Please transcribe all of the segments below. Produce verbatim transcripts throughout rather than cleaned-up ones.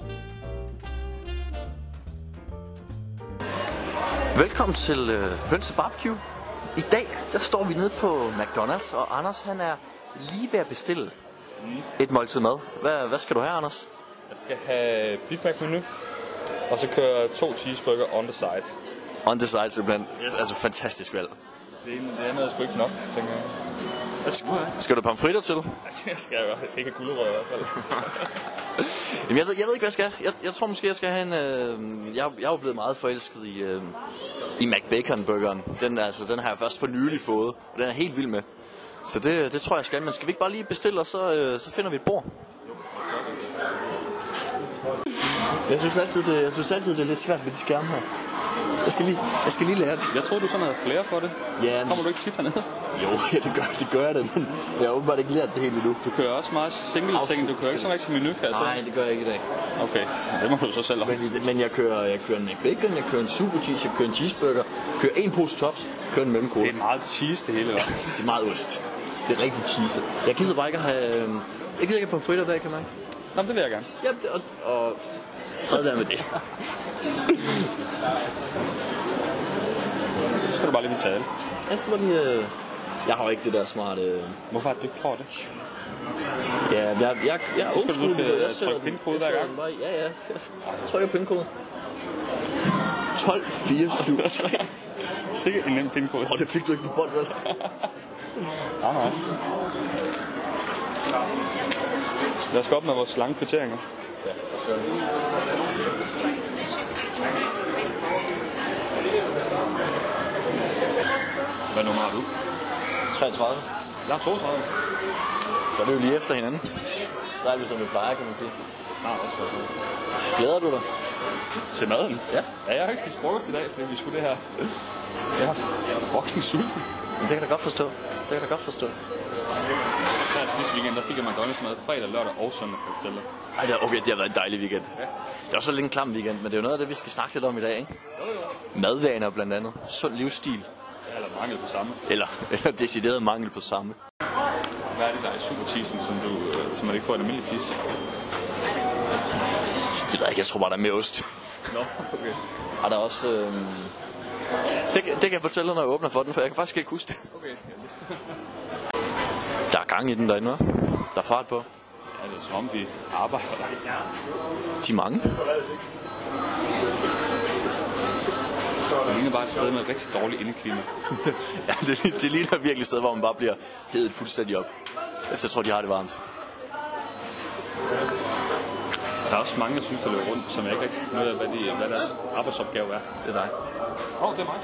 Velkommen til øh, Hønse Barbecue. I dag der står vi nede på McDonald's, og Anders han er lige ved at bestille mm. et måltid mad. Hvad, hvad skal du have, Anders? Jeg skal have Big Mac menu, og så kører to cheeseburger on the side. On the side simpelthen. Yes. Altså fantastisk valg. Det ene, det andet er sgu ikke nok, tænker jeg. Hvad skal du have? Skal du pomfritter til? Jeg skal jo. Jeg skal ikke have gulerødder i hvert fald. Jamen jeg ved, jeg ved ikke hvad jeg skal. Jeg, jeg tror måske jeg skal have en. Øh, jeg, jeg er jo blevet meget forelsket i øh, i McBacon-burgeren. Den altså den har jeg først for nylig fået, og den er helt vild med. Så det, det tror jeg skal. Men skal vi ikke bare lige bestille, og så øh, så finder vi et bord? Jeg synes altid det, jeg synes altid det er lidt svært med de skærme her. Jeg skal lige, jeg skal lige lære det. Jeg tror du sådan havde flere for det. Ja, kommer du ikke tit hernede? Jo, ja, det gør, det gør jeg det, men jeg har åbenbart ikke lært det helt endnu. Du kører også meget single-ting, du kører ikke sådan rigtig menu, altså? Nej, det gør jeg ikke i dag. Okay, det må du så selv om. Men, men jeg kører, jeg kører en McBacon, jeg kører en super cheese, jeg kører en cheeseburger, kører en pose tops, kører en mellemkode. Det er meget cheese det hele, hva'? Det er meget ost. Det er rigtig cheese. Jeg gider bare ikke at have, jeg gider ikke at pomfritter der, kan man. Nå, det vil jeg gerne. Ja, og, og fred være med det. Så skal du bare lige betale. Jeg skal bare lige... Øh... Jeg har jo ikke det der smarte... Hvorfor er det ikke for det? Ja, jeg, jeg, jeg, jeg er så skal du skal trykke pindkode hver gang? Ja, ja. Jeg trykker pindkode. tolv fire syv tre. Sikkert en nem pindkode. Åh, det fik du ikke på bånd, vel? Nej, nej. Lad os gå op med vores lange kvitteringer. Ja, lad os gøre det. Hvad nummer har du? treogtredive. Jeg har toogtredive. Så er det jo lige efter hinanden. Så er vi som vi plejer, kan man sige. Det er snart også. Glæder du dig? Til maden? Ja. Ja, jeg har ikke spist frokost i dag, fordi vi skulle det her. Jeg er fucking sulten. Men det kan jeg da godt forstå. Det kan jeg da godt forstå. Her sidste weekend, der fik jeg McDonald's mad fredag, lørdag og søndag på hotellet. Ej, det er, okay, det har været en dejlig weekend. Ja. Det er også lidt en klam weekend, men det er jo noget af det, vi skal snakke lidt om i dag, ikke? Jo, jo. Madvaner blandt andet. Sund livsstil. Eller mangel på samme. Eller, eller decideret mangel på samme. Hvad er det, der er super cheesen, som, du, øh, som man ikke får en almindelig cheese? Det ved jeg ikke, jeg tror bare, der er mere ost. Nå, okay. Og der er også... Øh... Det, det kan jeg fortælle, når jeg åbner for den, for jeg kan faktisk ikke huske det. Okay. Der er gang i den derinde, hva'? Der er fart på. Ja, det er som om, de arbejder der. De er mange. Det ligner bare et sted med et rigtig dårligt indeklima. Ja, det, det ligner virkelig et sted, hvor man bare bliver hedet fuldstændig op. Efter jeg tror, de har det varmt. Der er også mange, der synes, der løber rundt, som jeg ikke rigtig kan finde ud af, hvad, de, hvad deres arbejdsopgave er. Det er dig. Åh, oh, det er mig.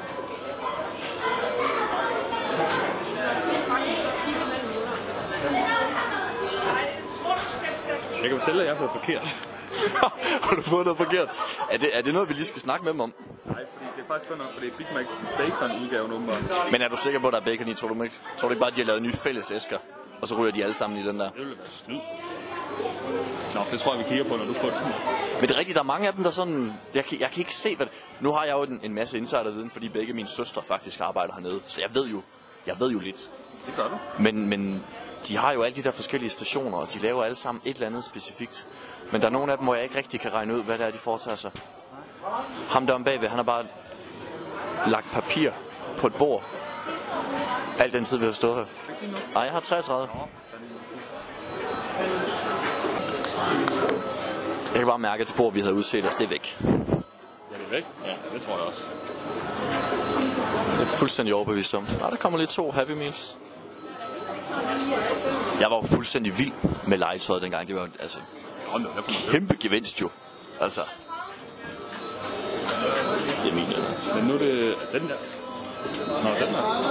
Jeg kan fortælle, at jeg har fået forkert. Har du fået noget forkert? Er det, er det noget, vi lige skal snakke med dem om? Nej, fordi det er faktisk kun nok, fordi Big Mac Bacon-udgaven åbenbart. Men er du sikker på, at der er bacon i? Tror du ikke? Tror du ikke bare, at de har lavet nye fælles æsker? Og så ryger de alle sammen i den der? Det ville være snyd. Nå, det tror jeg, vi kigger på, når du får det. Men det er rigtigt, der er mange af dem, der sådan... Jeg kan, jeg kan ikke se, hvad... Nu har jeg jo en, en masse insiderviden, fordi begge mine søstre faktisk arbejder hernede. Så jeg ved jo, jeg ved jo lidt. Det gør du. Men, men de har jo alle de der forskellige stationer, og de laver alle sammen et eller andet specifikt. Men der er nogle af dem, hvor jeg ikke rigtig kan regne ud, hvad det er, de foretager sig. Ham der om bagved, han har bare lagt papir på et bord. Al den tid, vi har stået her. Nej, jeg har treogtredive. Jeg kan bare mærke, at det bord, vi havde udset os, det er væk. Ja, det er væk? Ja, det tror jeg også. Det er fuldstændig overbevist om. Nej, der kommer lige to Happy Meals. Jeg var jo fuldstændig vild med legetøjet dengang. Det var altså kæmpe gevinst jo. Altså. Det er min, der. Men nu er det den der. Nå, den der.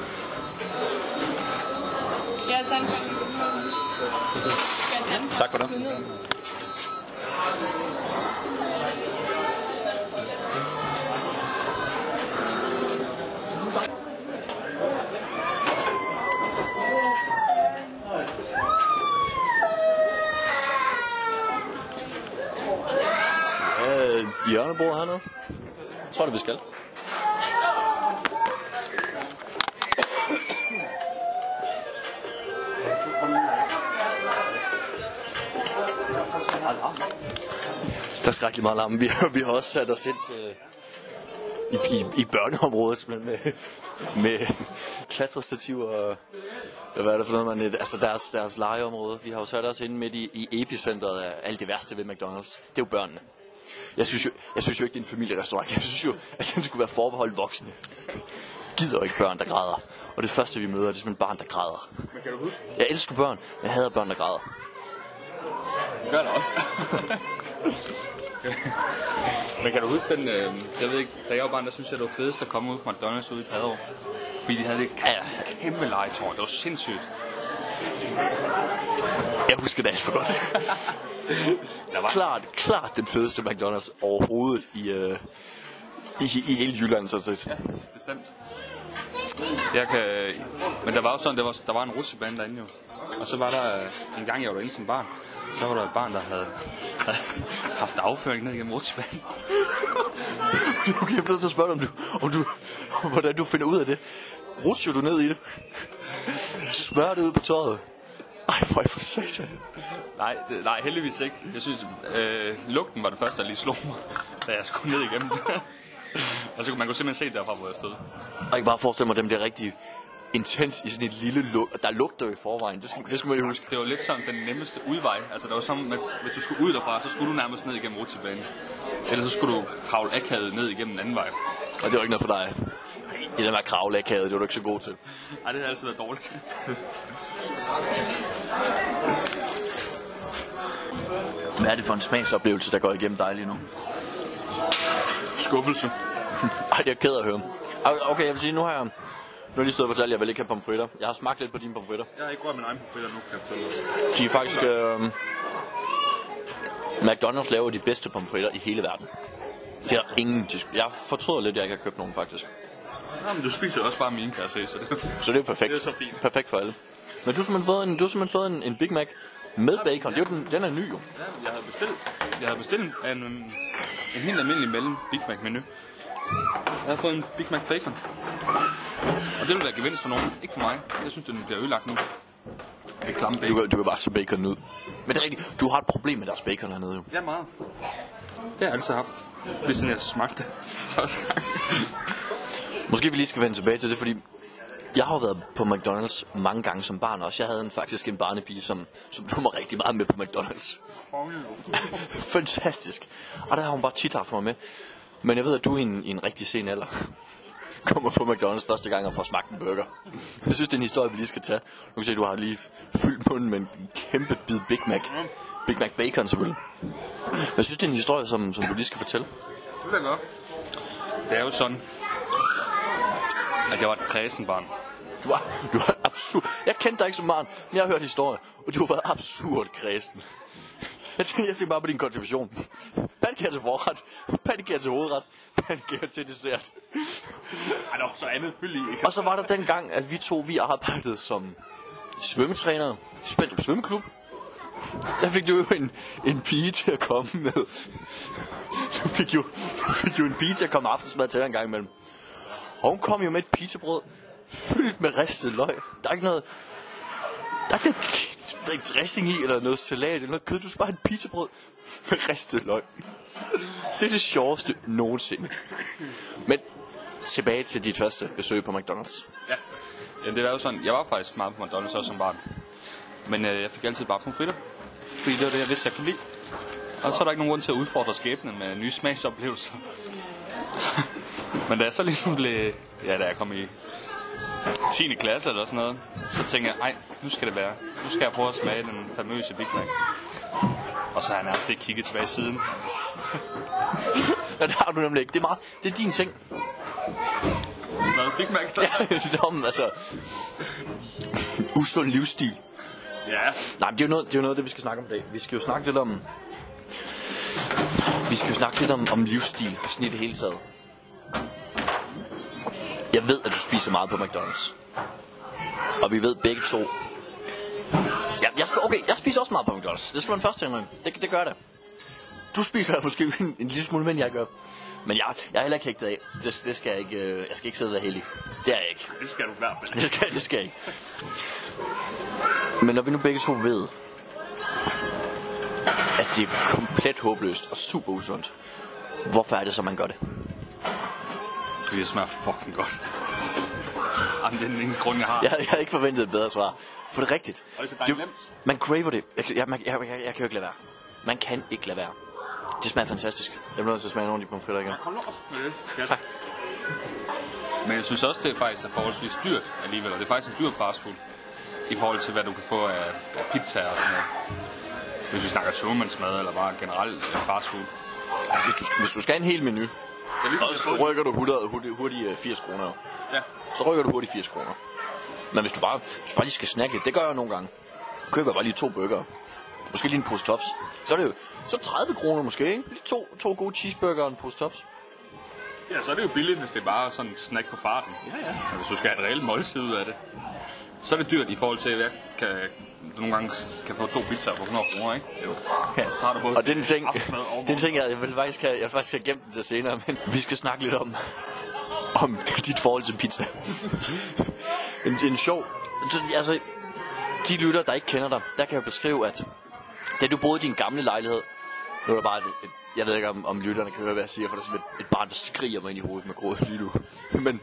Skal jeg tage en? Skal jeg tage en? Tak for det. Hjørnebord hernede. Jeg tror det vi skal. larm. Der er skrækkelig meget larm. Vi har, vi har også sat os ind til, i, i, i børneområdet med, med klatrestativer og hvad er det for noget, man, altså deres, deres legeområde. Vi har jo sat os inde midt i, i epicentret af alt det værste ved McDonald's. Det er jo børnene. Jeg synes jo, jeg synes jo ikke, det er en familierestaurant. Jeg synes jo, at det skulle være forbeholdt voksne. Gider ikke børn, der græder. Og det første, vi møder, det er simpelthen barn, der græder. Men kan du huske? Jeg elsker børn, men jeg hader børn, der græder. Det gør det også. Men kan du huske den, øh, jeg ved ikke, da jeg var barn, der synes jeg, det var fedest at komme ud på McDonald's ude i Padderup. Fordi de havde det kæmpe legetårn. Det var sindssygt. Jeg husker det alt for godt. Det var klart, klart den fedeste McDonald's overhovedet i, øh, i, i hele Jylland, sådan set. Ja, bestemt. Jeg kan, men der var jo sådan, der var, der var en rutsjebane derinde jo. Og så var der en gang, jeg var derinde som barn, så var der et barn, der havde, havde haft afføring ned igennem rutsjebanen. Okay, jeg bliver til at spørge dig, om du, om du, hvordan du finder ud af det. Rutsjer du ned i det? Smør det ud på tøjet? Ej, for for satan. Nej, det, nej, heldigvis ikke. Jeg synes, øh, lugten var det første, der lige slog mig, da jeg skulle ned igennem det. Og så kunne man kunne simpelthen se derfra, hvor jeg stod. Og ikke bare forestille mig, at dem bliver rigtig intens i sådan et lille luk. Der lugter jo i forvejen, det skal, det skal man jo huske. Det var lidt sådan den nemmeste udvej. Altså det var sådan, at hvis du skulle ud derfra, så skulle du nærmest ned igennem rutsjebanen. Ellers så skulle du kravle akavet ned igennem den anden vej. Og det var ikke noget for dig. Det der med at kravle akavet, det var du ikke så god til. Nej, det har altid været dårligt til. Hvad er det for en smagsoplevelse, der går igennem dig lige nu? Skuffelse. Ej, det er ked af at høre. Okay, jeg vil sige, nu har jeg... Nu har jeg lige stået og fortalt, at jeg vil ikke have pomfritter. Jeg har smagt lidt på dine pomfritter. Jeg har ikke rørt min egen pomfritter nu, kan jeg fortælle. De er faktisk... Øh... McDonald's laver de bedste pomfritter i hele verden. Det er der ingen disk. Jeg fortryder lidt, at jeg ikke har købt nogen, faktisk. Jamen, du spiser jo også bare mine, kan jeg se, så det, så det er perfekt. Det er så fint. Perfekt for alle. Men du har simpelthen fået en, du har simpelthen fået en, en Big Mac med bacon. Det er jo den, den er ny jo. Ja, jeg havde bestilt, jeg havde bestilt en, en, en helt almindelig mellem Big Mac menu. Jeg har fået en Big Mac bacon. Og det vil være gevinst for nogen, ikke for mig. Jeg synes, den bliver ødelagt nu. Det er klamme bacon. Du, du kan bare se bacon ud. Men det er rigtigt, du har et problem med deres bacon hernede jo. Ja, meget. Det har jeg altid haft, hvis jeg smagte første gang. Måske vi lige skal vende tilbage til det, fordi jeg har været på McDonald's mange gange som barn også. Jeg havde en, faktisk en barnepige, som, som tog mig rigtig meget med på McDonald's. Fantastisk. Og der har hun bare tit haft mig med. Men jeg ved, at du i en, i en rigtig sen alder kommer på McDonald's første gang og får smagt en burger. Jeg synes, det er en historie, vi lige skal tage. Du kan se, at du har lige fyldt munden med en kæmpe bid Big Mac. Big Mac bacon selvfølgelig. Jeg synes, det er en historie, som, som du lige skal fortælle. Det er godt. Det er jo sådan, at jeg var et kræsen barn. Du var, du var absurd. Jeg kendte dig ikke som barn, men jeg har hørt historie, og du har været absurd kræsen. Jeg tænker, jeg tænker bare på din kontribution. Pandekager til forret, pandekager til hovedret, pandekager til dessert. Ej, der var så andet fyld i, ikke? Og så var der den gang, at vi to, vi arbejdede som svømmetrænere. Spændte på svømmeklub. Der fik du jo en, en pige til at komme med. Du fik, jo, du fik jo en pige til at komme aftensmad til dig en gang imellem. Og hun kom jo med et pizzabrød fyldt med ristet løg. Der er ikke noget... Der er ikke noget dressing i, eller noget salat, eller noget kød. Du skal bare have et pizzabrød med ristet løg. Det er det sjoveste nogensinde. Men tilbage til dit første besøg på McDonald's. Ja, jamen, det var jo sådan, jeg var faktisk meget på McDonald's også som barn. Men øh, jeg fik altid bare pomfritter, fordi det var det, jeg vidste, jeg kunne lide. Og så er der ikke nogen grund til at udfordre skæbnen med nye smagsoplevelser. Men da jeg så ligesom blev, ja, da jeg kom i tiende klasse eller sådan noget, så tænkte jeg, ej, nu skal det være. Nu skal jeg prøve at smage den famøse Big Mac. Og så har jeg nærmest ikke kigget tilbage siden. Ja, det har du nemlig ikke. Det er, meget, det er din ting. Hvad, Big Mac? Ja, det er om, altså... usund livsstil. Ja. Nej, men det er jo noget, det er jo noget af det, vi skal snakke om i dag. Vi skal jo snakke lidt om... Vi skal jo snakke lidt om, om livsstil og sådan i det hele taget. Jeg ved, at du spiser meget på McDonald's. Og vi ved begge to... Ja, jeg, okay, jeg spiser også meget på McDonald's. Det skal man først tænke. Det, det gør det. Du spiser måske en, en lille smule, men jeg gør. Men jeg, jeg er heller ikke hægtet af. Det, det skal jeg ikke. Øh, jeg skal ikke sidde og være heldig. Det er jeg ikke. Det skal du i hvert fald. Det skal, det skal jeg ikke. Men når vi nu begge to ved, at det er komplet håbløst og super usundt. Hvorfor er det så, man gør det? Fordi det smager fucking godt. Jamen, det er den eneste grund, jeg har. Jeg, jeg har ikke forventet et bedre svar. For det er rigtigt. Og det er bare Du, nemt. man craver det. Jeg, jeg, jeg, jeg, jeg, jeg kan jo ikke lade være. Man kan ikke lade være. Det smager fantastisk. Jeg bliver nødt til at smage nogle af de pomfritter igen. Hold nu op med det. Ja. Tak. Men jeg synes også, det er faktisk er forholdsvis dyrt alligevel. Og det er faktisk en dyr fastfood. I forhold til, hvad du kan få af, af pizza og sådan noget. Hvis vi snakker tømmermandsmad eller bare generelt fastfood. Hvis du, hvis du skal have en hel menu, Ja, ligesom, så rykker du hurtigt, hurtigt, hurtigt firs kroner. Ja. Så rykker du hurtigt firs kroner. Men hvis du bare, hvis du bare lige skal snakke lidt, det gør jeg nogle gange. Køber bare lige to burger. Måske lige en pose tops. Så er det jo så tredive kroner måske, ikke? Lige to, to gode cheeseburger og en pose tops. Ja, så er det jo billigt, hvis det er bare sådan en snack på farten. Ja, ja. Og hvis du skal have et reelt måltid ud af det, så er det dyrt i forhold til, at jeg kan, du nogle gange kan få to pizzaer for hundrede kroner, ikke? Jo. Ja, så har du både Og det er en ting, aftensmad og det er en ting jeg, jeg vil faktisk have, jeg vil faktisk have gemt den til senere, men vi skal snakke lidt om, om dit forhold til pizza. en, en sjov, altså, de lytter, der ikke kender dig, der kan jeg beskrive, at da du boede i din gamle lejlighed, nu er der bare et, et, jeg ved ikke om, om lytterne kan høre, hvad jeg siger, for der er sådan et, et barn, der skriger mig ind i hovedet med gråd lige nu. Men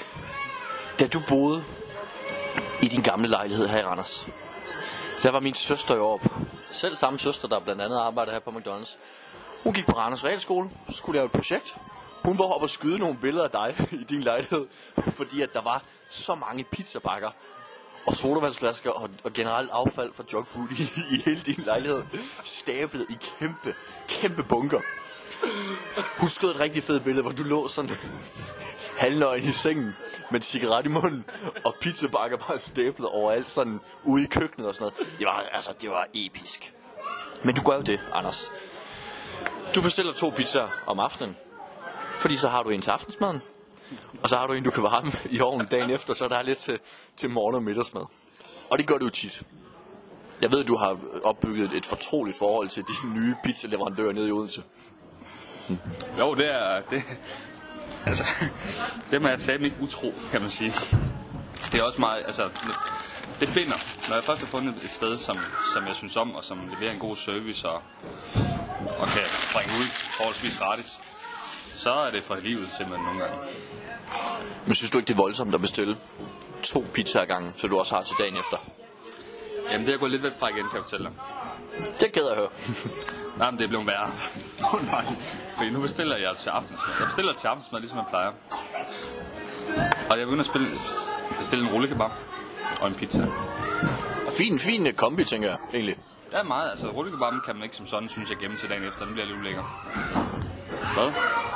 da du boede i din gamle lejlighed her i Randers, så var min søster jo op. Selv samme søster, der blandt andet arbejder her på McDonald's. Hun gik på Randers Realskole, så skulle lave et projekt. Hun var oppe og skyde nogle billeder af dig i din lejlighed, fordi at der var så mange pizzabakker og sodavandsflasker og, og generelt affald fra jogfood i, i hele din lejlighed. Stablet i kæmpe, kæmpe bunker. Hun skød et rigtig fedt billede, hvor du lå sådan halvnøgen i sengen med en cigaret i munden og pizzabakker bare stablet overalt sådan ude i køkkenet og sådan noget. Det var, altså, det var episk. Men du gør jo det, Anders. Du bestiller to pizzaer om aftenen, fordi så har du en til aftensmaden, og så har du en, du kan varme i ovnen dagen efter, så der er lidt til, til morgen- og middagsmad. Og det gør du jo tit. Jeg ved, du har opbygget et fortroligt forhold til de nye pizzaleverandører nede i Odense. Hmm. Jo, det er... Det, altså, det er satme ikke utro, kan man sige. Det er også meget... Altså, det binder. Når jeg først har fundet et sted, som, som jeg synes om, og som leverer en god service, og, og kan bringe ud forholdsvis gratis, så er det for livet simpelthen nogle gange. Men synes du ikke, det er voldsomt at bestille to pizzaer ad gangen, så du også har til dagen efter? Jamen, det er jeg gået lidt væk fra igen, kan jeg fortælle dig. Det er ked af at høre. Nej, men det er blevet værre. Åh oh, nej. Fordi nu bestiller jeg til aftensmad. Jeg bestiller til aftensmad, ligesom jeg plejer. Og jeg begynder at spille, bestille en rullekebab og en pizza. Fin, fin kombi, tænker jeg, egentlig. Ja, meget. Altså, rullekebaben kan man ikke som sådan, synes jeg, gemme til dagen efter. Den bliver lidt ulækker. Hvad?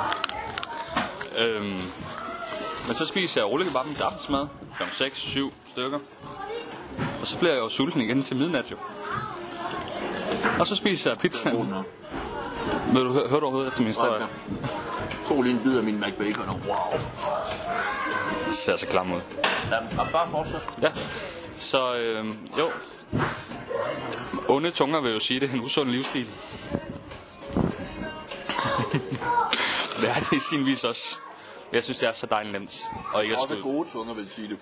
Øhm, men så spiser jeg rullekebaben til aftensmad. klokken seks syv stykker. Og så bliver jeg jo sulten igen til midnat, jo. Og så spiser jeg pizza. Vil du høre, høre du overhovedet efter min historie? Ja. To lige en bid af min McBacon, og wow. Det ser så klam ud. Ja, bare fortsæt. Ja, så øh, jo. Onde tunger vil jo sige, det er en usund livsstil. Det er det i sin vis også. Jeg synes, det er så dejligt nemt. Og ikke at også skyde. gode tunger vil sige det.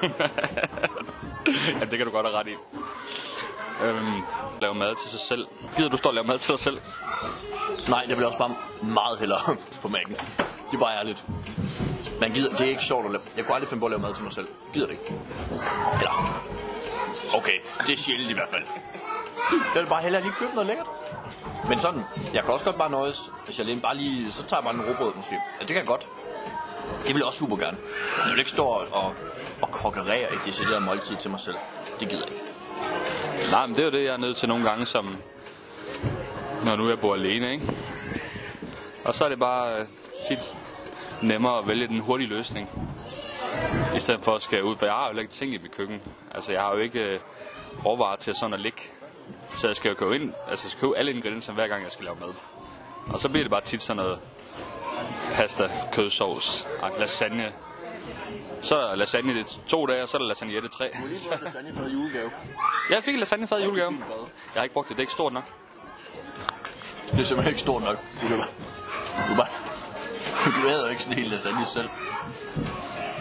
Ja, det kan du godt have ret i. Øhm, lave mad til sig selv. Gider du stå og lave mad til dig selv? Nej, det bliver også bare meget hellere på mængden. Det er bare ærligt. Man gider, det er ikke sjovt at lave. Jeg kunne aldrig finde på at lave mad til mig selv. Gider det ikke. Eller, okay, det er sjældent i hvert fald. Jeg vil bare hellere lige købe noget lækkert. Men sådan, jeg kan også godt bare nøjes, hvis jeg lige, bare lige, så tager jeg bare en råbrød måske. Ja, det kan jeg godt. Det vil jeg også super gerne. Jeg vil ikke stå og, og kokkerere et decideret måltid til mig selv. Det gider jeg ikke. Nej, men det er jo det, jeg er nødt til nogle gange, som når nu jeg bor alene, ikke? Og så er det bare tit nemmere at vælge den hurtige løsning, i stedet for at skære ud, for jeg har jo ikke ting i mit køkken. Altså, jeg har jo ikke øh, råvarer til sådan at ligge. Så jeg skal jo købe ind, altså jeg skal købe alle ingredienser hver gang jeg skal lave mad. Og så bliver det bare tit sådan noget pasta, kødsovs, lasagne. Så er der lasagne i to dage, og så er der lasagne i tre. Du har lige fået lasagne for julegave. Ja, jeg fik lasagne for julegave. Jeg har ikke brugt det, det er ikke stort nok. Det er simpelthen ikke stort nok. Du kan bare... Du bare... Du æder ikke sådan en hel lasagne selv.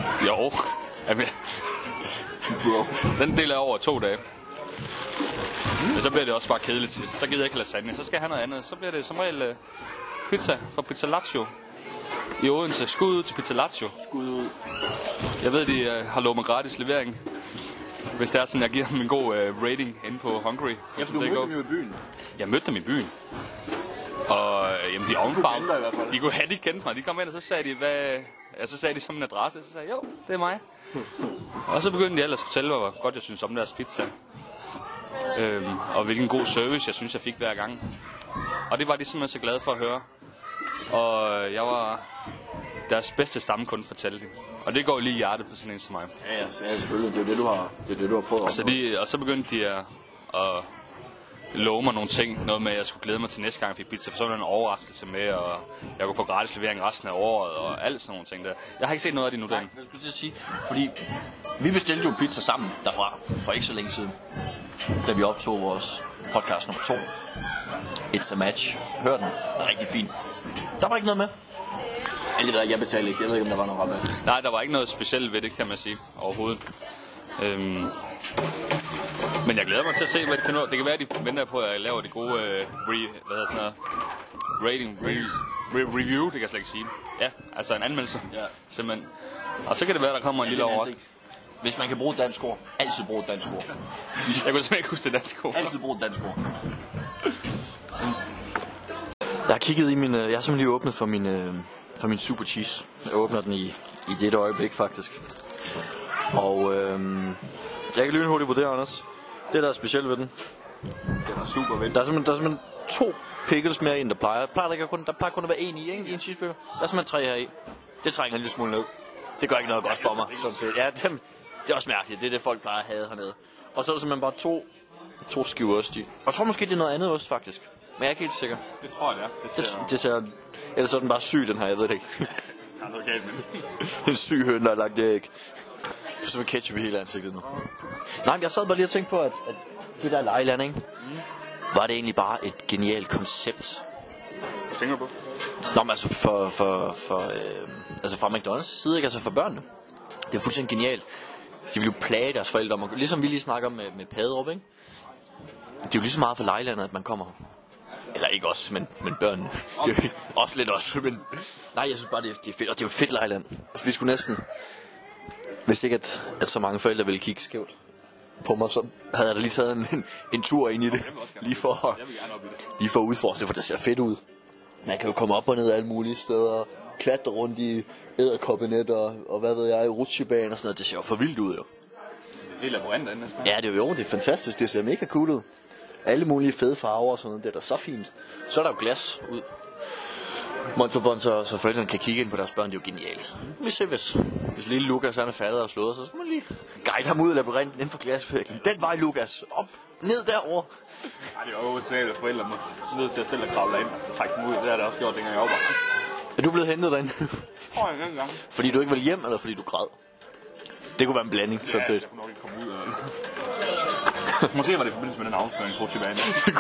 Jo. Jamen, den deler jeg over to dage. Men så bliver det også bare kedeligt til. Så gider jeg ikke lasagne. Så skal jeg have noget andet. Så bliver det som regel uh, pizza fra Pizza Lazio i Odense. Skud ud til Pizza Lazio. Skud ud. Jeg ved, de uh, har lovet mig gratis levering. Hvis det er sådan, jeg giver dem en god uh, rating inde på Hungry. Ja, for du mødte dem jo i byen. Jeg mødte dem i byen. Og jamen, de ovenfarvede. De kunne have, de kendte mig. De kom ind, og så sagde de, hvad... Ja, så sagde de som en adresse. Så sagde jeg, jo, det er mig. Og så begyndte de ellers at fortælle, hvor godt jeg synes om deres pizza. Øhm, og hvilken god service, jeg synes, jeg fik hver gang. Og det var de simpelthen så glade for at høre. Og jeg var deres bedste stammekunde, fortalte de. Og det går jo lige i hjertet på sådan en som mig. Ja, ja, selvfølgelig. Det er det, du har, det er det, du har prøvet. Og så, de, og så begyndte de at, at love mig nogle ting. Noget med, at jeg skulle glæde mig til næste gang, jeg fik pizza. For så var der en overraskelse med, og jeg kunne få gratis levering resten af året, og alt sådan nogle ting der. Jeg har ikke set noget af det nu, den. Jeg skulle til at sige, fordi vi bestilte jo pizza sammen derfra, for ikke så længe siden, da vi optog vores podcast nummer to. It's a Match. Hør den. Det er rigtig fint. Der var ikke noget med. Eller der, jeg betalte ikke. Jeg ved ikke, om der var noget rabat. Nej, der var ikke noget specielt ved det, kan man sige, overhovedet. Øhm, men jeg glæder mig til at se, hvad de finder ud af. Det kan være, at de venter på, at jeg laver de gode øh, re, hvad hedder sådan noget, rating, re, re, review, det kan jeg slet ikke sige. Ja, altså en anmeldelse. Ja. Simpelthen. Og så kan det være, der kommer en ja, lille overraskelse. Hvis man kan bruge et dansk ord, altid bruge et dansk ord. Jeg kunne simpelthen ikke huske det danske ord. Altid bruge et dansk ord. Jeg har kigget i min, jeg har simpelthen lige åbnet for min, for min super cheese. Jeg åbner den i, i dette øjeblik faktisk. Og øhm, jeg kan lynhurtigt vurdere, Anders. Det der er specielt ved den. Den er super vel. Der er simpelthen, der er simpelthen to pickles mere end der plejer. Plejer der, ikke kun, der plejer kun at være en i, ikke? I en cheeseburger. Der er simpelthen tre her i. Det trænger en lille smule ned. Det gør ikke noget godt for mig, sådan set. Ja, dem, det er også mærkeligt. Det er det, folk plejer at have hernede. Og så er der simpelthen bare to, to skiver ost i. Og jeg tror måske, det er noget andet ost, faktisk. Men jeg er ikke helt sikker. Det tror jeg, det er. Det ser... Det, det ser... Ellers er den bare syg, den her. Jeg ved det ikke. Der er noget galt med den. En syg høn, der har lagt det æg. Det er som en ketchup i hele ansigtet nu. Nej, men jeg sad bare lige og tænkte på, at, at det der lejeland, ikke? Mm. Var det egentlig bare et genialt koncept? Hvad tænker du på? Nå, men altså for, for, for, øh, altså fra McDonald's side, ikke? Altså for børnene. Det er fuldstændig genialt. De vil jo plage deres forældre om, ligesom vi lige snakker med, med Padderup, ikke? Det er jo lige så meget for lejelandet, at man kommer. Eller ikke også, men, men børnene. Det er også lidt også, men... Nej, jeg synes bare, det er, det er fedt, og det er jo et fedt lejeland. Altså, vi skulle næsten... Hvis ikke, at, at så mange forældre ville kigge skævt på mig, så havde jeg da lige taget en, en, en tur ind i det. Lige for, lige for at udforske, for det ser fedt ud. Man kan jo komme op og ned alle mulige steder, klatre rundt i edderkoppenet og, og hvad ved jeg, rutsjebane og sådan noget. Det ser jo for vildt ud, jo. Det er labyrint næsten. Ja, det er jo, det er fantastisk. Det ser mega cool ud. Alle mulige fede farver og sådan noget. Det er da så fint. Så er der jo glas ud. Monsterfond, så, så forældrene kan kigge ind på deres børn. Det er jo genialt. Vi ser, hvis, hvis lille Lukas han er faldet og slået, så skal man lige guide ham ud af labyrinten inden for glasvæggen. Den vej, Lukas. Op, ned derover. Nej, det er jo svært, at forældre må nødt til at selv at kravle ind og trække dem ud. Det har det også gjort, dengang jeg var. Er du blevet hentet derinde? Tror jeg, den gang. Fordi du ikke vil hjem, eller fordi du græd? Det kunne være en blanding, sådan set. Ja, jeg kunne nok ikke komme ud af det. Måske var det i forbindelse med den afføring, tror jeg,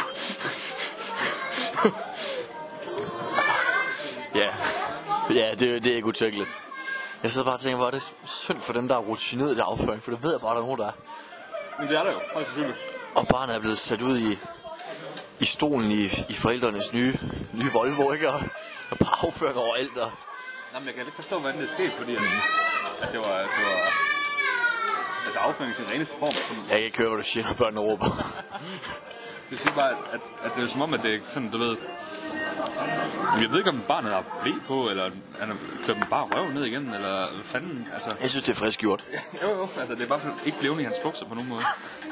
Ja, ja det, det er ikke utænkeligt. Jeg sidder bare og tænker, hvor er det synd for dem, der er rutineret i det afføring, for det ved jeg bare, der er nogen, der er. Men det er der jo, højst selvfølgelig. Og barnet er blevet sat ud i, i stolen i, i forældrenes nye, nye Volvo, ikke? Og, og bare afføring overalt. Og... Nej, men jeg kan ikke forstå, hvordan det skete, fordi at, at det var... Det var altså afføring til den reneste form. Som... Jeg kan ikke høre, hvad du siger, når børnene råber. Det siger bare, at, at det er som om, at det er sådan, du ved... Jeg ved ikke, om barnet har blæ på, eller han har kørt dem bare røv ned igen, eller hvad fanden, altså... Jeg synes, det er frisk gjort. jo, jo, altså det er bare ikke levende i hans bukser på nogen måde.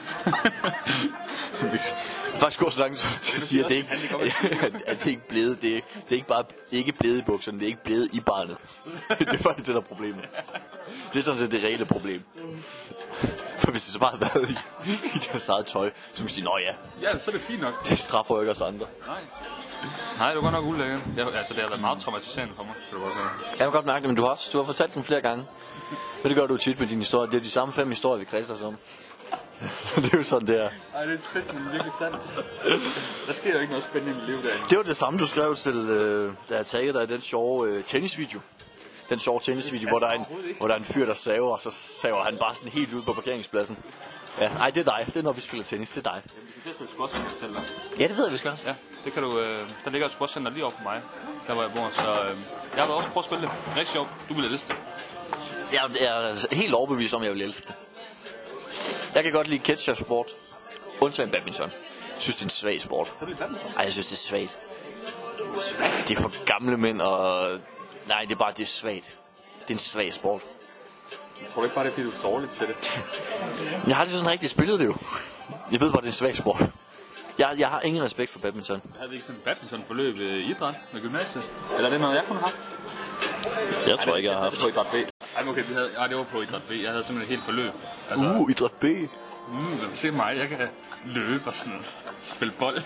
Faktisk går så langt til at sige, at det ikke, at, at det ikke blevet, det er, det er ikke bare ikke blevet i bukserne, det er ikke blevet i barnet. Det er faktisk det, der er problemet. Det er sådan set det reelle problem. For hvis det så bare havde været i, i deres eget tøj, så kunne de sige, nå ja. Ja, så er det fint nok. Det straffer jo ikke os andre. Nej. Nej, det var godt nok ulækkert. Altså, det har været meget traumatiserende for mig. Kan du godt høre. Jeg kan godt mærke det, men du har, også, du har fortalt dem flere gange. Men det gør du tit med dine historier. Det er de samme fem historier, vi kredser os om. Så det er jo sådan, det er. Ej, det er trist, men virkelig sandt. Der sker jo ikke noget spændende i mit liv derinde. Det var det samme, du skrev til, øh, da jeg taggede dig i den sjove øh, tennisvideo. Den sjove tennisvideo, hvor der er en, hvor der er en fyr, der saver, og så saver han bare sådan helt ud på parkeringspladsen. Ja, nej, det er dig. Det er, når vi spiller tennis. Det er dig. Jamen, vi kan spille squashcenter selv, der. Ja, det ved jeg, vi skal. Ja, det kan du... Øh, der ligger et squashcenter lige over for mig, der hvor jeg bor. Så øh, jeg har også prøvet at spille det. Rigtig sjovt. Du vil elske det. Jeg er helt overbevist om, at jeg vil elske det. Jeg kan godt lide catcher-sport. Undtagen badminton. Jeg synes, det er en svag sport. Ej, jeg synes, det er svagt. Det er for gamle mænd, og... Nej, det er bare, det er svagt. Det er en svag sport. Jeg tror ikke bare, det er fordi, du er dårligt til det. Jeg har aldrig sådan rigtig spillet det jo. Jeg ved bare, det er en svag sport. Jeg, jeg har ingen respekt for badminton. Havde vi ikke sådan en badminton-forløb i idræt med gymnasiet? Eller er det noget, jeg kunne have haft? Jeg tror ikke, jeg har haft. Det var på idræt B. Ej, okay, vi havde... Ja, det var på idræt B. Jeg havde simpelthen et helt forløb. Altså, uh, idræt B. Mm, se mig, jeg kan løbe og sådan spille bold.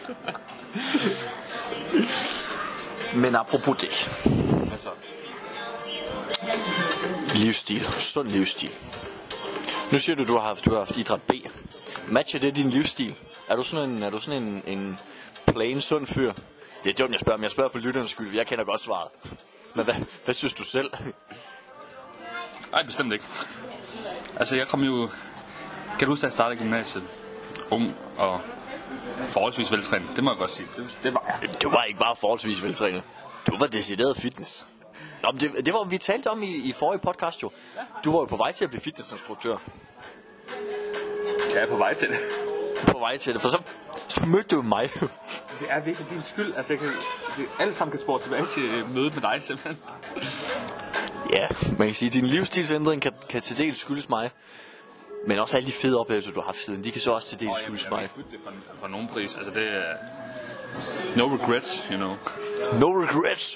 Men apropos det. Altså. Livsstil. Sund livsstil. Nu siger du, du har haft, du har haft idræt B. Matcher det din livsstil? Er du sådan en, er du sådan en, en plain sund fyr? Det er dumt, jeg spørger, men jeg spørger for lytternes skyld. Jeg kender godt svaret. Men hvad, hvad synes du selv? Nej, bestemt ikke. Altså, jeg kom jo... Kan du huske, at jeg startede gymnasiet? Ung og forholdsvis veltrænet. Det må jeg godt sige. Det, det var jeg. Du var ikke bare forholdsvis veltrænet. Du var decideret fitness. Nå, men det, det var vi talte om i, i forrige podcast jo. Du var jo på vej til at blive fitnessinstruktør. Jeg er på vej til det. På vej til det, for så, så mødte du mig. Det er virkelig din skyld. Altså, jeg kan, det, alle sammen kan spore tilbage til mødet med dig simpelthen. Ja, man kan sige, at din livsstilsændring kan, kan til dels skyldes mig. Men også alle de fede oplevelser, du har haft siden, de kan så også til dels skyldes mig. Jeg kan ikke det for, for nogen pris. Altså, det er... No regrets, you know. No regrets.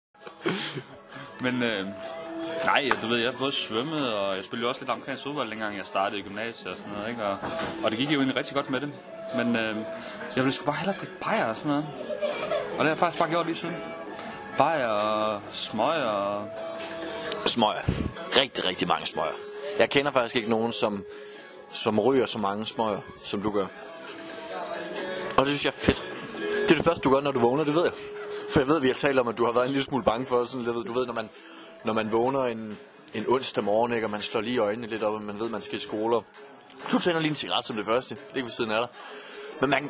Men øh, nej, du ved, jeg har både svømmet, og jeg spillede også lidt omkring fodbold, dengang jeg startede i gymnasiet og sådan noget, ikke? Og, og det gik jo egentlig rigtig godt med det. Men øh, jeg ville sgu bare hellere drikke bajer og sådan noget. Og det har jeg faktisk bare gjort lige siden. Bajer og smøger og... Smøger. Rigtig, rigtig mange smøger. Jeg kender faktisk ikke nogen, som, som ryger så mange smøger, som du gør. Og det synes jeg er fedt. Det er det første, du gør, når du vågner, det ved jeg. For jeg ved, vi har talt om, at du har været en lille smule bange for sådan, du ved, når man, når man vågner en, en onsdag morgen, ikke, og man slår lige øjnene lidt op, og man ved, at man skal i skole. Du tænder lige en cigaret som det første, ligger ved siden af dig. Men man,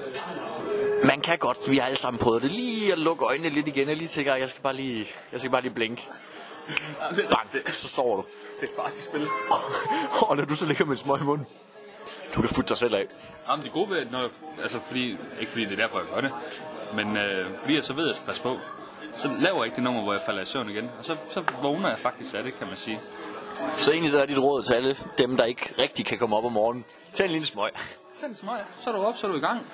man kan godt, vi har alle sammen prøvet det, lige at lukke øjnene lidt igen. Jeg lige tænker, jeg skal bare lige, jeg skal bare lige blinke. Bang, så sover du. Det er bare et spil. Og når du så ligger med en smøg i munden, du kan futte dig selv af. Jamen, det er gode ved, når jeg, altså fordi, ikke fordi det er derfor, jeg gør det, men øh, fordi jeg så ved, at jeg skal passe på, så laver jeg ikke det nummer, hvor jeg falder i søvn igen. Og så, så vågner jeg faktisk af det, kan man sige. Så egentlig så er dit råd til alle dem, der ikke rigtig kan komme op om morgenen: tag en lille smøg. Tag en smøg, så er du op, så er du i gang.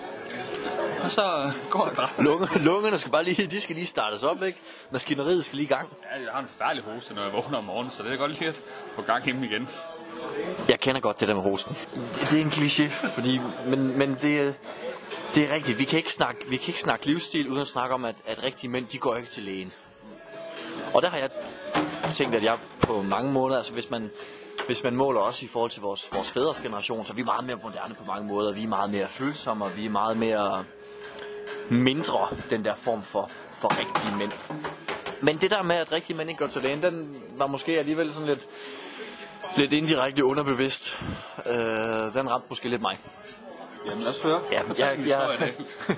Og så går det bare. Lunge, lungerne skal bare lige, de skal lige startes op, ikke? Maskineriet skal lige i gang. Ja, jeg har en færdig hoste, når jeg vågner om morgenen, så det er godt lige at få gang hjemme igen. Jeg kender godt det der med hosten. Det, det er en kliché, fordi, men, men det, det er rigtigt. Vi kan ikke snakke, vi kan ikke snakke livsstil uden at snakke om, at, at rigtige mænd, de går ikke til lægen. Og der har jeg tænkt, at jeg på mange måneder, altså hvis man, hvis man måler også i forhold til vores, vores fædres generation, så er vi meget mere moderne på mange måder. Vi er meget mere følsomme, og vi er meget mere mindre den der form for, for rigtige mænd. Men det der med, at rigtige mænd ikke går til lægen, den var måske alligevel sådan lidt, lidt indirekte underbevidst. Øh, den ramte måske lidt mig. Jamen lad os høre. Ja, jeg, jeg, jeg,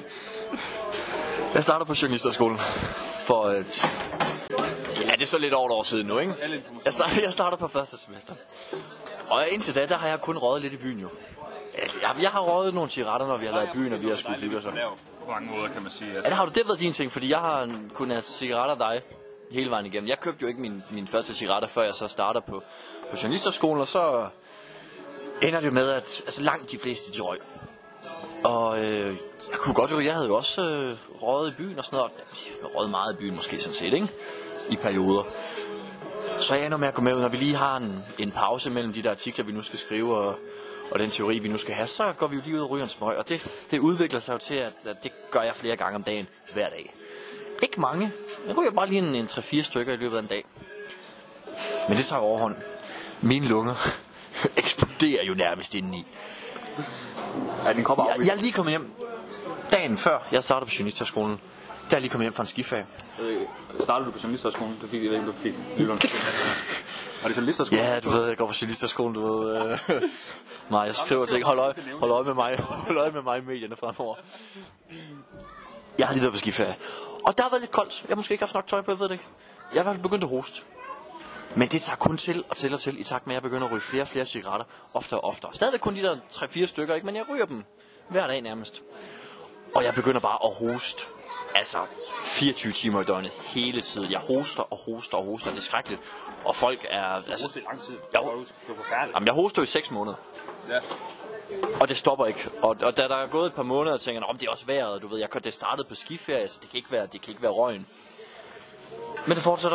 jeg starter på journalisterskolen for et... Ja, det er så lidt over et år siden nu, ikke? Jeg starter, jeg starter på første semester. Og indtil da, der har jeg kun røget lidt i byen jo. Jeg, jeg har røget nogle cigaretter, når vi har været i byen, og vi har skulle hygge og sådan. På mange måder, kan man sige. Ja, det har du det været din ting, fordi jeg har kun have cigaretter dig hele vejen igennem. Jeg købte jo ikke min, min første cigaretter, før jeg så starter på, på journalisterskolen, og så ender det jo med, at altså, langt de fleste, de røg. Og øh, jeg kunne godt jo, jeg havde jo også øh, røget i byen og sådan noget. Jeg røget meget i byen måske sådan set, ikke? I perioder. Så jeg ender med at gå med, når vi lige har en, en pause mellem de der artikler, vi nu skal skrive, og, og den teori, vi nu skal have, så går vi jo lige ud og ryger en smøg. Og det, det udvikler sig jo til, at, at det gør jeg flere gange om dagen, hver dag. Ikke mange. Jeg ryger bare lige en, en tre fire stykker i løbet af en dag. Men det tager overhånd. Mine lunger eksploderer jo nærmest indeni. Ja, den kommer jeg, jeg er lige kommet hjem dagen før jeg startede på journalisterskolen. Der er lige kommet hjem fra en skiferie. Øh, startede du på journalisterskolen? Du fik, jeg ved ikke, du fik lytterne. Var det journalisterskolen? Ja, du ved, jeg går på journalisterskolen, du ved. Øh. Nej, jeg skriver til, hold øje, hold øje med mig, hold øje med mig i medierne fremover. Jeg har lige været på skiferie. Og der har været lidt koldt. Jeg har måske ikke haft nok tøj på, jeg ved det ikke. Jeg har begyndt at hoste. Men det tager kun til og til og til, i takt med, at jeg begynder at ryge flere og flere cigaretter, oftere og oftere. Stadig kun de der tre fire stykker, ikke? Men jeg ryger dem hver dag nærmest. Og jeg begynder bare at hoste. Altså fireogtyve timer i døgnet hele tiden. Jeg hoster og hoster og hoster. Det er skrækkeligt. Og folk er... Altså, det er lang tid. Jeg, det er jamen, jeg hoster jo i seks måneder. Ja. Og det stopper ikke. Og, og da der er gået et par måneder, tænker jeg, om det er også vejret. Du ved, jeg det startede på skiferie, så det kan ikke være, det kan ikke være røgen. Men det fortsætter.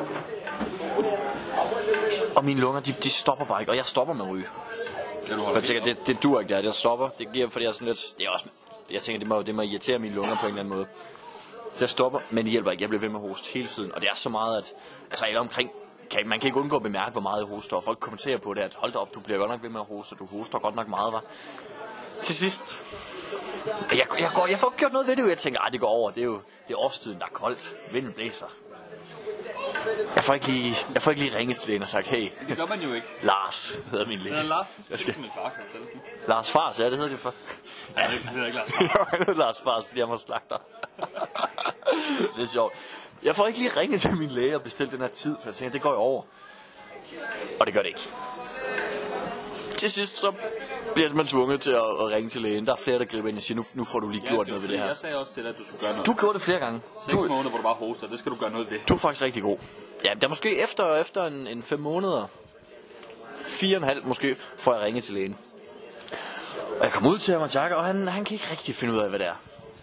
Og mine lunger, de, de stopper bare ikke. Og jeg stopper med at ryge. Jeg tænker, det, det dur ikke der. Jeg stopper. Det giver, fordi jeg er sådan lidt... Det er også... Jeg tænker, det må, det må irritere mine lunger på en eller anden måde. Så jeg stopper, men det hjælper ikke. Jeg bliver ved med at hoste hele tiden. Og det er så meget, at... Altså, alle omkring... Kan, man kan ikke undgå at bemærke, hvor meget jeg hoster. Og folk kommenterer på det, at hold da op, du bliver godt nok ved med at hoste. Du hoster godt nok meget, var. Til sidst... Jeg, jeg, går, jeg får ikke gjort noget ved det, og jeg tænker, det går over. Det er jo det er årstiden, der er koldt. Vinden blæser. Jeg får ikke lige, jeg får ikke lige ringet til den og sagt, hey. Det gør man jo ikke. Lars hedder min læge. Det er Lars. Jeg skal... min far, kan jeg tælle. Lars Fars, ja, det hedder det for. Ja, det hedder ikke Lars Fars. Han hedder Lars Fars, fordi jeg må slagter. Det er sjovt. Jeg får ikke lige ringet til min læge og bestilt den her tid, for jeg tænker, det går jo over. Og det gør det ikke. Til sidst så bliver jeg simpelthen tvunget til at, at ringe til lægen. Der er flere, der griber ind og siger, nu, nu får du lige gjort ja, noget ved det her. Jeg sagde også til dig, at du skulle gøre noget. Du gjorde det flere gange. Seks du... måneder, hvor du bare hoster, det skal du gøre noget ved. Du er faktisk rigtig god. Ja, der måske efter, efter en, en fem måneder, fire og en halv måske, får jeg ringet til lægen. Og jeg kommer ud til ham og Jack, og han, han kan ikke rigtig finde ud af, hvad det er.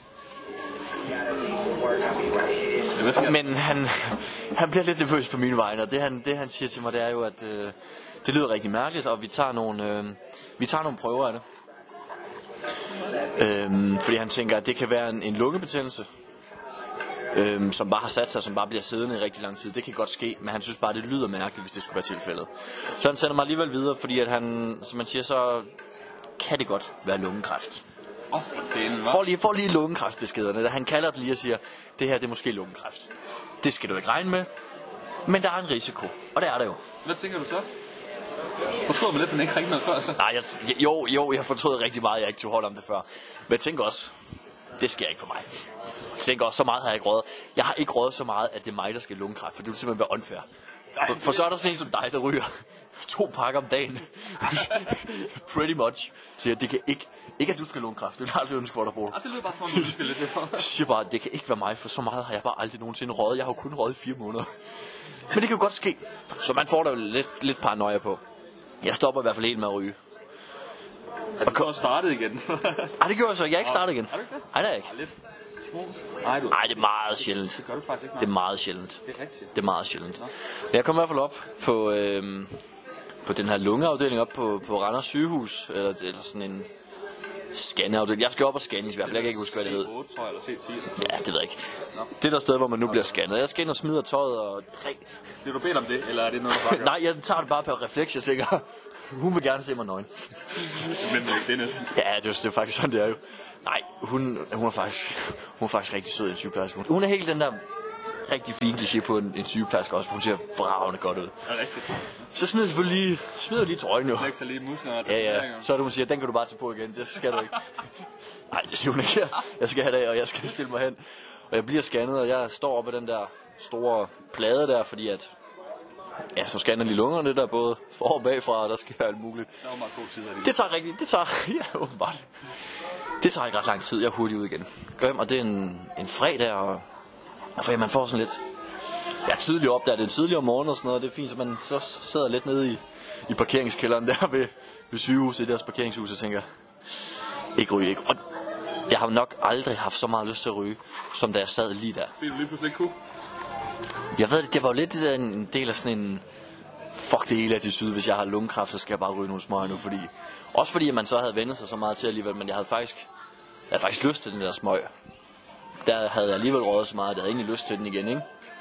Men han, han bliver lidt nervøs på mine vegne, og det han, det han siger til mig, det er jo, at øh, det lyder rigtig mærkeligt, og vi tager nogle, øh, vi tager nogle prøver af det. Øhm, fordi han tænker, at det kan være en, en lungebetændelse, øhm, som bare har sat sig, som bare bliver siddende i rigtig lang tid. Det kan godt ske, men han synes bare, det lyder mærkeligt, hvis det skulle være tilfældet. Så han sender mig alligevel videre, fordi at han, som man siger, så kan det godt være lungekræft. Oh, får lige, får lige lungekræftbeskederne. Han kalder det lige og siger, det her det er måske lungekræft. Det skal du ikke regne med, men der er en risiko, og det er der jo. Hvad tænker du så? Fortryder man lidt, at man ikke ringte noget før så? Nej, jeg, jo, jo, jeg fortryder rigtig meget, at jeg ikke tog hold om det før. Men jeg tænker også, det sker ikke for mig. Jeg tænker også, så meget har jeg ikke rådet. Jeg har ikke rådet så meget, at det er mig, der skal have lungekræft, for det vil simpelthen være unfair. For, for så er der sådan en som dig, der ryger to pakker om dagen. Pretty much. Så det kan ikke, ikke at du skal have lungekræft. Det er aldrig ønske for dig, bror. Det lyder bare som om, du skal lidt det. Jeg siger bare, det kan ikke være mig, for så meget har jeg bare aldrig nogensinde røget. Jeg har jo kun røget i fire måneder. Men det kan jo godt ske. Så man får da lidt, lidt paranoia på. Jeg stopper i hvert fald helt med at ryge. Er du så startet igen? Nej, det gjorde jeg så. Jeg er ikke startet igen. Er du ikke det? Nej, det er ikke. Lidt små. Nej, du... Nej, det er meget sjældent. Det gør du faktisk ikke. Det er meget sjældent. Det er rigtigt. Det er meget sjældent. Men jeg kom i hvert fald op på, øhm, på den her lungeafdeling op på, på Randers sygehus. Eller, eller sådan en scanneafdeling. Jeg skal op og scannes i hvert fald. Jeg kan ikke huske, hvad det hed. C otte, tror jeg, eller C ti. Ja, det ved jeg ikke. Det er der sted, hvor man nu bliver scannet. Jeg skal ind og smider tøjet og... Bliver du bedt om det, eller er det noget, du bare gør? Nej, jeg tager det bare på refleks. Jeg tænker, hun vil gerne se mig nøgen. Men det er næsten. Ja, det er, det er faktisk sådan, det er jo. Nej, hun, hun, er faktisk, hun er faktisk rigtig sød, en sygeplejerske. Hun er helt den der rigtig fine kliché på en, en sygeplejerske også, for hun ser bravende godt ud. Ja, rigtigt. Så smider jeg selvfølgelig lige, smider lige trøjen nu. Flexer lige musklerne. Ja, ja. Så er det, hun siger, den kan du bare tage på igen. Det skal du ikke. Nej, det siger hun ikke. Jeg skal have det, og jeg skal stille mig hen. Og jeg bliver scannet, og jeg står oppe af den der store plade der, fordi at... Ja, så scanner lige lungerne der, både for og bagfra, og der sker alt muligt. Der var bare to sider af det. Det tager rigtig, det tager, ja, åbenbart. Det tager ikke ret lang tid, jeg er hurtigt ud igen. Gør hjem, og det er en, en fredag, og, og for, ja, man får sådan lidt... Jeg er tidligt op der, det er tidligere om morgenen og sådan noget, det er fint, så man så sidder lidt nede i, i parkeringskælderen der ved, ved sygehuset, i deres parkeringshus, og tænker, ikke ryge, ikke. Og jeg har nok aldrig haft så meget lyst til at ryge, som da jeg sad lige der. Fordi du lige pludselig ikke kunne? Jeg ved det, det var jo lidt en del af sådan en... Fuck det hele attitude, hvis jeg har lungekræft, så skal jeg bare ryge nogle smøger nu, fordi... Også fordi, at man så havde vendt sig så meget til alligevel, men jeg havde faktisk... Jeg havde faktisk lyst til den der smøg. Der havde jeg alligevel røget så meget, at jeg havde egentlig lyst til den igen, ikke?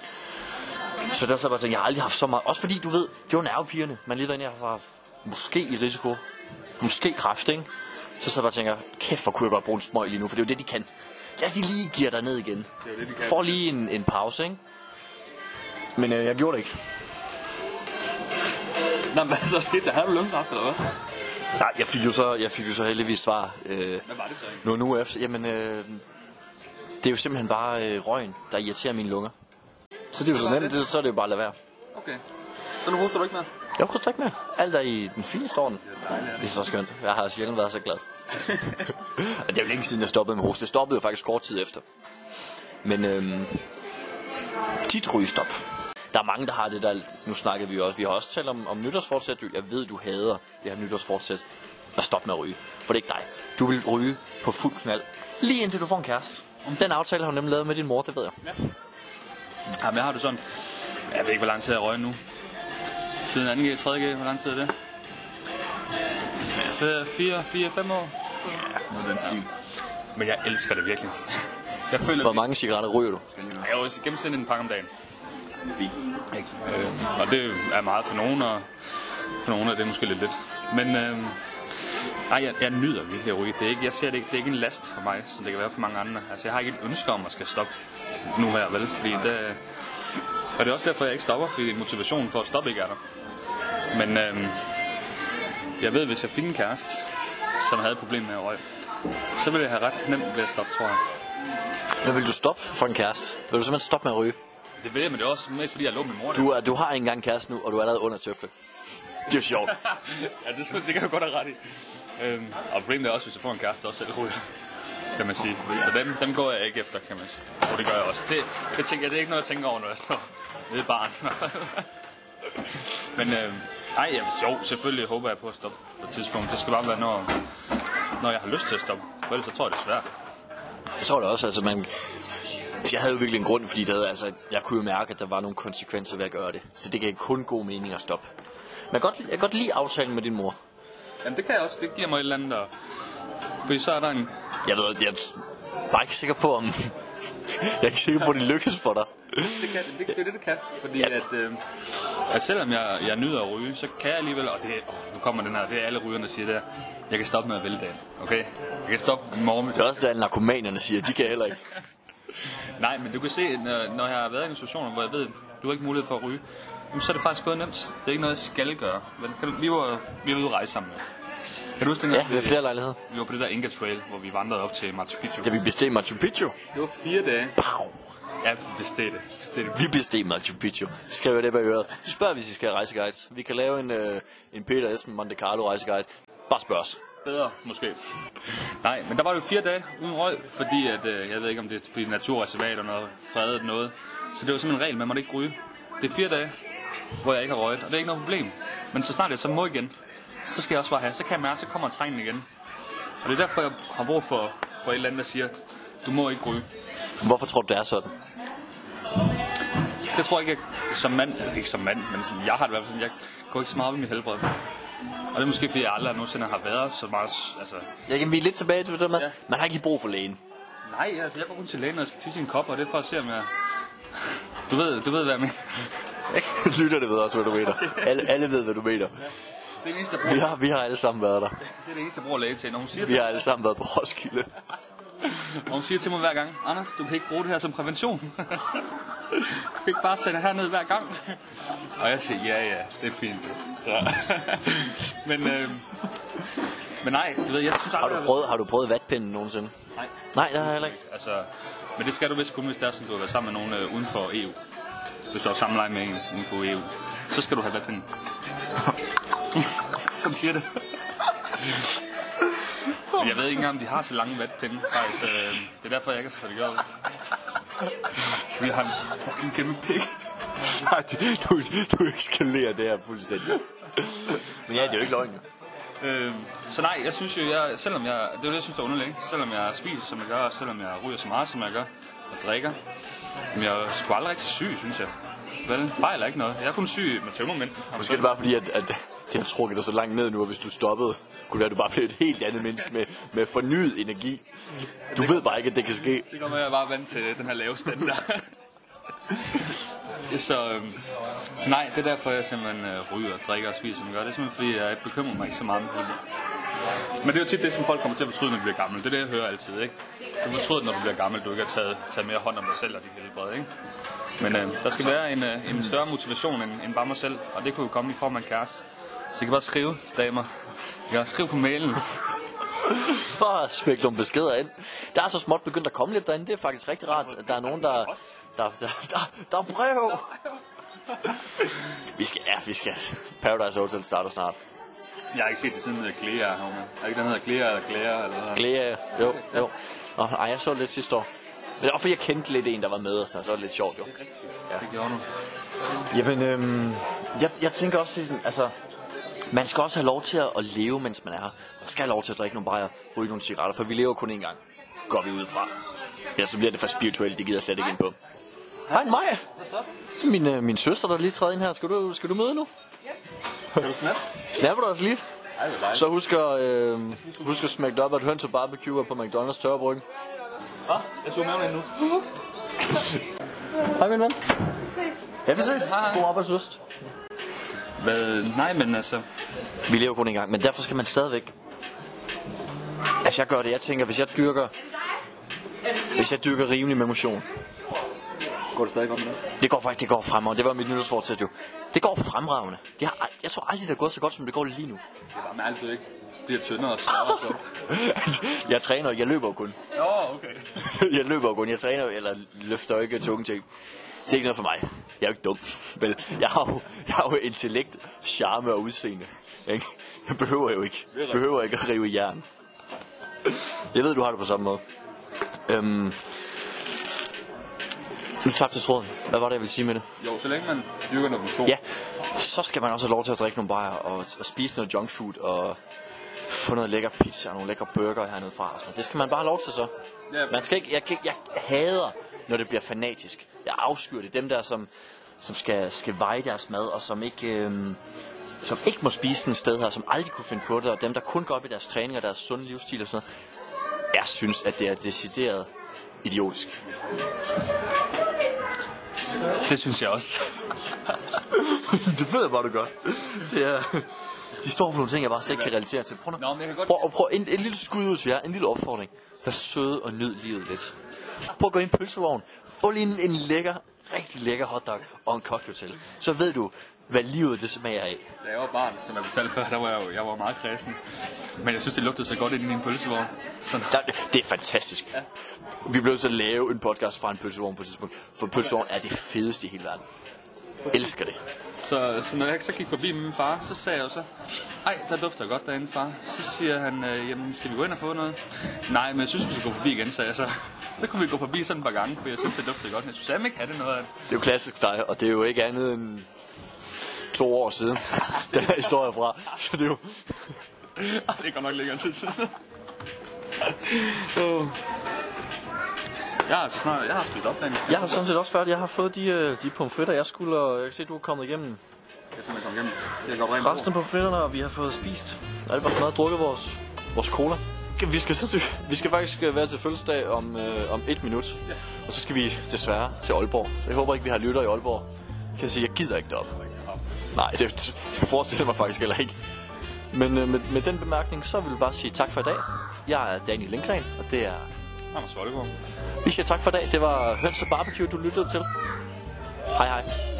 Så der så bare tænkte, jeg har aldrig haft så meget... Også fordi, du ved, det var nervepirrende. Man lige ved, jeg var måske i risiko. Måske kræft, ikke? Så så bare tænker, kæft, hvor kunne jeg godt bruge en smøg lige nu, for det er jo det, de kan. ja, de lige giver dig ned igen. Det er det, de kan. Får lige en, en pause, ikke? Men øh, jeg gjorde det ikke. Nå, hvad så skete der? Har du lungekræft, eller hvad? Nej, jeg fik jo så, jeg fik jo så heldigvis svar. Øh, Hvad var det så egentlig? nogle uger efter. Jamen, øh, det er jo simpelthen bare øh, røgen, der irriterer mine lunger. Så det er jo så var nemt, det? det, så er det jo bare at lade være. Okay. Så nu hoster du ikke mere? Jeg kunne ikke mere. Alt er i den fineste orden. Det er så skønt. Jeg har sjældent været så glad. Og det er jo længe siden, jeg stoppede med hoste. Det stoppede jo faktisk kort tid efter. Men øhm, tit rygestop. Der er mange, der har det der. Nu snakkede vi også. Vi har også talt om, om nytårsfortsæt. Jeg ved, du hader det her nytårsfortsæt. At stoppe med at ryge. For det er ikke dig. Du vil ryge på fuld knald. Lige indtil du får en kæreste. Den aftale har du nemlig lavet med din mor, det ved jeg. Ja. Jamen, jeg har det sådan. Jeg ved ikke, hvor lang tid jeg røger nu. Siden anden G, tredje G, hvor lang tid er det? fire, fire, fem år? Ja, noget den stil. Men jeg elsker det virkelig. Jeg føler, Hvor mange cigaretter ryger du? Jeg er jo gennemsnitligt en pakke om dagen. Øh, og det er meget for nogen, og for nogen er det måske lidt lidt. Men øh, ej, jeg, jeg nyder virkelig at ryge. Det er ikke, jeg ser det ikke, det er ikke en last for mig, som det kan være for mange andre. Altså, jeg har ikke et ønske om at skal stoppe nu her, vel? Fordi det, og det er også derfor, jeg ikke stopper, fordi motivationen for at stoppe ikke er der. Men øh, jeg ved, hvis jeg fik en kæreste, som havde et problem med at ryge, så ville jeg have ret nemt ved at stoppe, tror jeg. Men vil du stoppe for en kæreste? Vil du simpelthen stoppe med at ryge? Det ved jeg, men det er også mest fordi, jeg lå min mor. Du, er, du har ikke engang kæreste nu, og du er allerede under tøfle. Det er jo sjovt. Ja, det, det kan du godt have ret i. Øhm, og problemet er også, hvis jeg får en kæreste, også selv ryger, kan man sige. Så dem, dem går jeg ikke efter, kan man sige. Og det gør jeg også. Det, det, tænker jeg, det er ikke noget, jeg tænker over, når jeg står nede i baren. Men øhm, ej, jeg, jo, selvfølgelig håber jeg på at stoppe på et tidspunkt. Det skal bare være, når, når jeg har lyst til at stoppe. For ellers så tror jeg, det er svært. Jeg tror det også, altså man... Jeg havde jo virkelig en grund, fordi det havde, altså, jeg kunne jo mærke, at der var nogle konsekvenser ved at gøre det. Så det gav kun god mening at stoppe. Men jeg kan godt, jeg kan godt lide aftalen med din mor. Jamen det kan jeg også. Det giver mig et eller andet. Og... Fordi så er der en... Jeg ved, jeg er bare ikke sikker på, om... jeg er ikke sikker på, at det lykkes for dig. Det, kan, det, det er det, det kan. Fordi ja. at, øh, at selvom jeg, jeg nyder at ryge, så kan jeg alligevel... Og det, åh, nu kommer den her. Det er alle rygerne, der siger det her. Jeg kan stoppe med at vælge dagen. Okay? Jeg kan stoppe i morgen. Det er også det, alle narkomanerne siger. De kan heller ikke. Nej, men du kan se, når, når jeg har været i en situation, hvor jeg ved, du har ikke mulighed for at ryge, så er det faktisk gået nemt. Det er ikke noget, jeg skal gøre. Men kan du, vi var vi var ude at rejse sammen. Kan du huske den? Ja, vi har flere lejligheder. Vi var på det der Inca Trail, hvor vi vandrede op til Machu Picchu. Da vi besteg Machu Picchu. Det var fire dage. Pow. Ja, besteg det. Besteg det. Vi besteg Machu Picchu. Så skal vi det bag øret. Så spørg, hvis I skal have rejseguides. Vi kan lave en, øh, en Peter Esben Monte Carlo rejseguide. Bare spørg os. Bedre, måske. Nej, men der var jo fire dage uden røg, fordi at, øh, jeg ved ikke, om det er fordi naturreservat og noget, fredet noget. Så det var simpelthen en regel, man måtte ikke ryge. Det er fire dage, hvor jeg ikke har røget, og det er ikke noget problem. Men så snart jeg så må igen, så skal jeg også bare have, så kan jeg mærke, så kommer trængen igen. Og det er derfor, jeg har brug for, for et eller andet, der siger, du må ikke ryge. Hvorfor tror du, det er sådan? Det tror jeg ikke, jeg, som mand, ikke som mand, men som jeg har det i hvert fald, jeg går ikke så meget op i mit helbred. Og det er måske, fordi jeg aldrig nogensinde har været så meget, altså... Jeg kan vi er lidt tilbage til det med. Ja. Man har ikke lige brug for lægen. Nej, altså jeg går rundt til lægen, og jeg skal tisse i en kop, og det er for at se, om jeg... Du ved, du ved hvad jeg mener. Lytter det ved også, hvad du mener. Alle, alle ved, hvad du mener. Ja. Det er det eneste, jeg bruger. Vi har, vi har alle sammen været der. Det er det eneste, jeg bruger læge til. Når hun siger Vi har alle sammen været på Roskilde. Og hun siger til mig hver gang, Anders, du kan ikke bruge det her som prævention. Du kan ikke bare sætte herned hver gang. Og jeg siger, ja, ja, det er fint. Ja. men, øh, men nej, du ved, jeg synes aldrig... Har du prøvet, har du prøvet vatpinden nogensinde? Nej. Nej, det har jeg heller ikke. Altså, men det skal du vist kun, hvis det er sådan, du har været sammen med nogen øh, uden for E U. Hvis du har sammenleje med en uden for E U. Så skal du have vatpinden. Sådan siger det. Men jeg ved ikke engang, om de har så lange vatpinde. Faktisk, øh, det er derfor, jeg ikke har fået det gjort. Så vi har en fucking kæmpe pik. Nej, du, du eskalerer det her fuldstændig. Men ja, det er jo ikke løgn. Øh, så nej, jeg synes jo, jeg, selvom jeg, det er det, jeg synes er underligt. Selvom jeg spiser, som jeg gør, og selvom jeg ryger så meget, som jeg gør, og drikker, men jeg er sgu aldrig rigtig syg, synes jeg. Vel, fejler ikke noget. Jeg er kun syg med tømmermænd. Måske er det bare fordi, at, at det har trukket dig så langt ned nu, og hvis du stoppede, kunne det være, at du bare blev et helt andet menneske med, med fornyet energi. Du ved bare ikke, at det kan ske. Det kommer jeg er bare vant til den her lave standard. Så øhm, nej, det er derfor, jeg simpelthen øh, ryger, drikker og spiser, som jeg gør. Det er simpelthen fordi, jeg bekymrer mig ikke så meget med det. Men det er jo tit det, som folk kommer til at fortryde, når de bliver gamle. Det er det, jeg hører altid, ikke? Du fortryder, når du bliver gammel, du ikke har taget, taget mere hånd om dig selv og dit helbred, ikke? Men øh, der skal være en, øh, en større motivation end, end bare mig selv, og det kunne jo komme i form af en kæreste. Så I kan bare skrive, damer. I kan skrive på mailen. Bare smæk nogle beskeder ind. Der er så småt begyndt at komme lidt derinde. Det er faktisk rigtig rart. Der er nogen, der... Der, der, der, der er brev. Vi skal... Ja, vi skal... Paradise Hotel starter snart. Jeg har ikke set det siden uh, Glea her, man. Er ikke den hedder Glea eller Glea eller hvad? Glea, jo, jo. Nå, ej, jeg så lidt sidste år. Men det var fordi jeg kendte lidt en, der var med os der, så var det lidt sjovt, jo. Det er rigtigt. Ja. Det gjorde nu. Jamen, øhm, jeg, jeg tænker også, altså... Man skal også have lov til at leve, mens man er her. Man skal have lov til at drikke nogle bajer, ryge nogle cigaretter, for vi lever kun én gang. Går vi ud fra. Ja, så bliver det for spirituelt, det gider jeg slet ikke ind på. Hej, Maja. Det er min, øh, min søster, der lige træder ind her. Skal du, skal du møde nu? Kan du snappe? Snapper du os lige? Så husk at, øh, husk at smække det op, at høns og barbecue er på McDonald's tørrebrygge. Hå? Jeg så med nu. Hej, min ven. Ja, vi ses. God arbejdsløst. Hvad? Nej, men altså... Vi lever kun en gang, men derfor skal man stadigvæk... Altså, jeg gør det. Jeg tænker, hvis jeg dyrker... Hvis jeg dyrker rimelig med motion... Går det stadig godt med det? Det går faktisk, det går fremragende. Det var mit nytårsfortsæt jo. Det går fremragende. Det har, jeg tror aldrig, det er gået så godt, som det går lige nu. Det er bare mærkeligt, du ikke bliver tyndere og større så. Jeg træner, jeg løber jo kun. Jo, okay. Jeg løber jo kun. Jeg træner eller løfter jo ikke tunge ting. Det er ikke noget for mig. Jeg er jo ikke dum. Vel, jeg har jo, jeg har jo intellekt, charme og udseende. Ikke? Jeg behøver jo ikke. Jeg behøver ikke at rive i jern. Jeg ved, du har det på samme måde. Øhm, nu tabte jeg tråden. Hvad var det, jeg ville sige med det? Jo, så længe man dyrker noget motion. Ja, så skal man også have lov til at drikke nogle bajer og, og spise noget junk food og få noget lækker pizza og nogle lækre burger hernede fra. Det skal man bare have lov til så. Ja, Man skal ikke, jeg, jeg, jeg hader, når det bliver fanatisk. Jeg afskyr det. Dem der, som, som skal, skal veje deres mad, og som ikke, øhm, som ikke må spise sådan et sted her, som aldrig kunne finde på det, og dem, der kun går op i deres træning og deres sunde livsstil og sådan noget. Jeg synes, at det er decideret idiotisk. Det synes jeg også. Det ved jeg bare, du gør. Det er... De står for nogle ting, jeg bare slet ikke kan relatere til. Prøv, Nå, men jeg kan godt... prøv, prøv en, en lille skud ud til jer, en lille opfordring. Vær søde og nyd livet lidt. Prøv at gå ind i en pølsevogn. Få lige en, en lækker, rigtig lækker hotdog og en cocktail. Så ved du, hvad livet det smager af. Da jeg var barn, som jeg fortalte før, der var jeg jo jeg var meget kristen. Men jeg synes, det lugtede så godt ind i en pølsevogn. Sådan. Der, det er fantastisk. Ja. Vi blev så at lave en podcast fra en pølsevogn på et tidspunkt. For pølsevogn er det fedeste i hele verden. Jeg elsker det. Så, så når jeg så gik forbi med min far, så sagde jeg jo så, ej, der dufter godt derinde, far. Så siger han, øh, jamen, skal vi gå ind og få noget? Nej, men jeg synes, vi skal gå forbi igen, sagde jeg så. Så kunne vi gå forbi sådan et par gange, for jeg synes, det duftede godt. Jeg synes jeg ikke have det noget af det. Det er jo klassisk dig, og det er jo ikke andet end to år siden, den her historie fra. Så det er jo... Ej, det går nok længere tid siden. oh. Jeg har, snart, jeg har spillet op derinde. Jeg har sådan set også færdig. Jeg har fået de, de pomfritter, jeg skulle, og jeg kan se, du er kommet igennem. Jeg tænker, jeg kommer igennem. Jeg går rent resten af pomfritterne, og vi har fået spist. Alt var meget drukket vores, vores cola. Vi skal, så, vi skal faktisk være til fødselsdag om, øh, om et minut. Ja. Og så skal vi desværre til Aalborg. Så jeg håber ikke, vi har lytter i Aalborg. Jeg kan sige, jeg gider ikke derop. Nej, det, det forestiller mig faktisk heller ikke. Men øh, med, med den bemærkning, så vil jeg bare sige tak for i dag. Jeg er Daniel Lindgren, og det er... Anders Vollegaard. Vi siger tak for i dag. Det var Høns og Barbecue, du lyttede til. Hej hej.